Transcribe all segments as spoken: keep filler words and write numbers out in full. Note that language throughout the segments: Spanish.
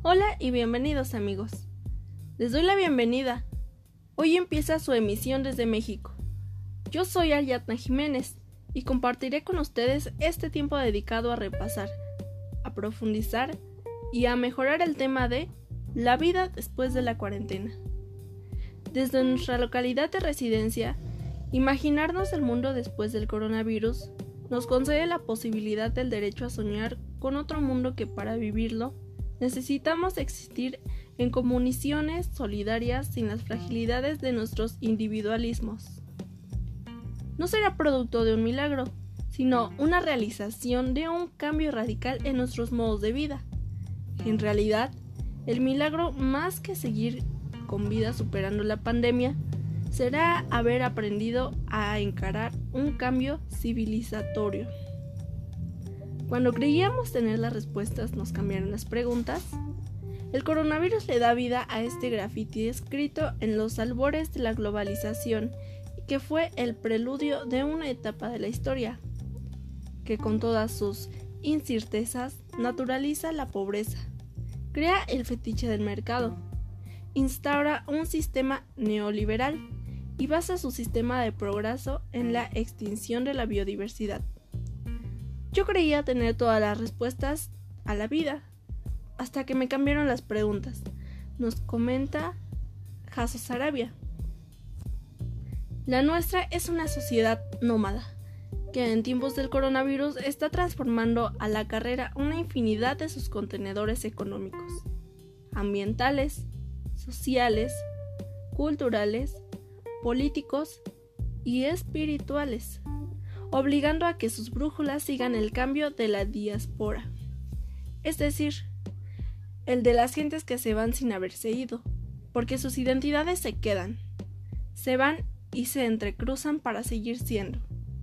Hola y bienvenidos amigos. Les doy la bienvenida. Hoy empieza su emisión desde México. Yo soy Ariadna Jiménez y compartiré con ustedes este tiempo dedicado a repasar, a profundizar y a mejorar el tema de la vida después de la cuarentena. Desde nuestra localidad de residencia, imaginarnos el mundo después del coronavirus nos concede la posibilidad del derecho a soñar con otro mundo que para vivirlo necesitamos existir en comunidades solidarias sin las fragilidades de nuestros individualismos. No será producto de un milagro, sino una realización de un cambio radical en nuestros modos de vida. En realidad, el milagro, más que seguir con vida superando la pandemia, será haber aprendido a encarar un cambio civilizatorio. Cuando creíamos tener las respuestas, nos cambiaron las preguntas. El coronavirus le da vida a este grafiti escrito en los albores de la globalización y que fue el preludio de una etapa de la historia, que con todas sus incertezas naturaliza la pobreza, crea el fetiche del mercado, instaura un sistema neoliberal y basa su sistema de progreso en la extinción de la biodiversidad. Yo creía tener todas las respuestas a la vida, hasta que me cambiaron las preguntas, nos comenta Jaso Sarabia. La nuestra es una sociedad nómada, que en tiempos del coronavirus está transformando a la carrera una infinidad de sus contenedores económicos, ambientales, sociales, culturales, políticos y espirituales, obligando a que sus brújulas sigan el cambio de la diáspora, es decir, el de las gentes que se van sin haberse ido, porque sus identidades se quedan, se van y se entrecruzan para seguir siendo.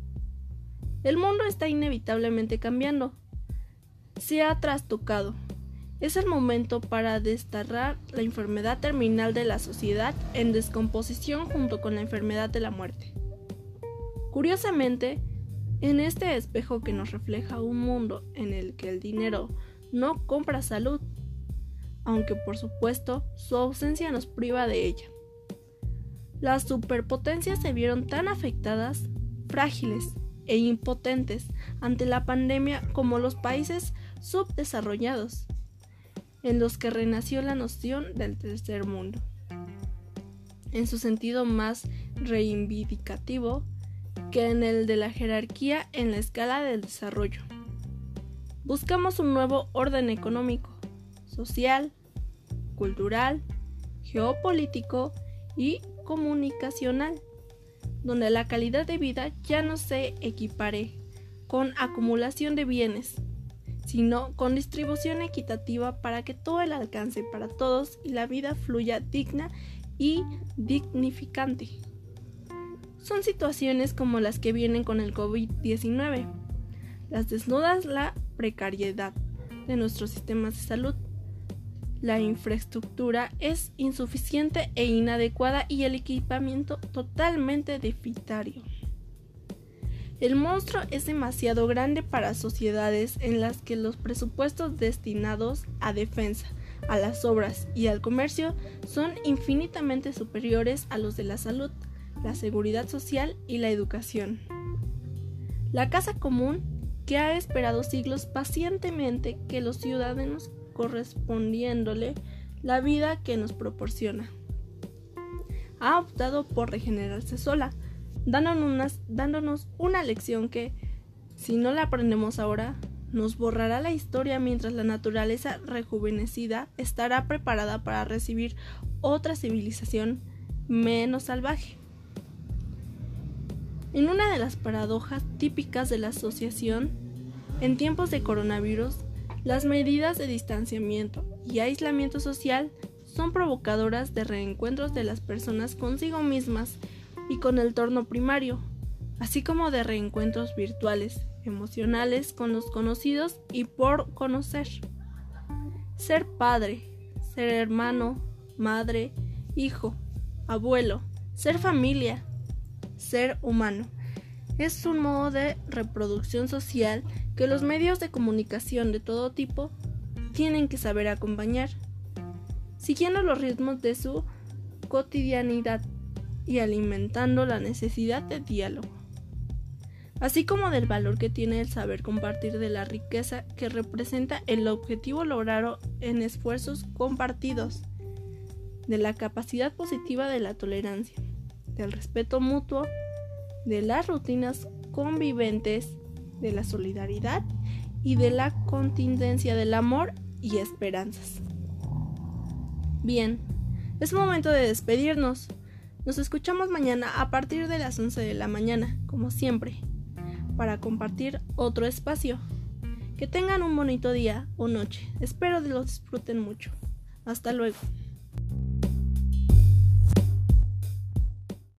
El mundo está inevitablemente cambiando, se ha trastocado. Es el momento para desterrar la enfermedad terminal de la sociedad en descomposición junto con la enfermedad de la muerte. Curiosamente, en este espejo que nos refleja un mundo en el que el dinero no compra salud, aunque por supuesto su ausencia nos priva de ella. Las superpotencias se vieron tan afectadas, frágiles e impotentes ante la pandemia como los países subdesarrollados, en los que renació la noción del tercer mundo, en su sentido más reivindicativo que en el de la jerarquía en la escala del desarrollo. Buscamos un nuevo orden económico, social, cultural, geopolítico y comunicacional, donde la calidad de vida ya no se equipare con acumulación de bienes, sino con distribución equitativa para que todo el alcance para todos y la vida fluya digna y dignificante. Son situaciones como las que vienen con el covid diecinueve, las desnudas la precariedad de nuestros sistemas de salud. La infraestructura es insuficiente e inadecuada y el equipamiento totalmente deficitario. El monstruo es demasiado grande para sociedades en las que los presupuestos destinados a defensa, a las obras y al comercio son infinitamente superiores a los de la salud, la seguridad social y la educación. La casa común, que ha esperado siglos pacientemente que los ciudadanos correspondiéndole la vida que nos proporciona, ha optado por regenerarse sola, dándonos, dándonos una lección que, si no la aprendemos ahora, nos borrará la historia mientras la naturaleza rejuvenecida estará preparada para recibir otra civilización menos salvaje. En una de las paradojas típicas de la asociación, en tiempos de coronavirus, las medidas de distanciamiento y aislamiento social son provocadoras de reencuentros de las personas consigo mismas y con el entorno primario, así como de reencuentros virtuales, emocionales con los conocidos y por conocer. Ser padre, ser hermano, madre, hijo, abuelo, ser familia, ser humano. Es un modo de reproducción social que los medios de comunicación de todo tipo tienen que saber acompañar siguiendo los ritmos de su cotidianidad y alimentando la necesidad de diálogo, así como del valor que tiene el saber compartir, de la riqueza que representa el objetivo logrado en esfuerzos compartidos, de la capacidad positiva de la tolerancia, del respeto mutuo, de las rutinas conviventes, de la solidaridad y de la contingencia del amor y esperanzas. Bien, es momento de despedirnos. Nos escuchamos mañana a partir de las once de la mañana, como siempre, para compartir otro espacio. Que tengan un bonito día o noche. Espero que lo disfruten mucho. Hasta luego.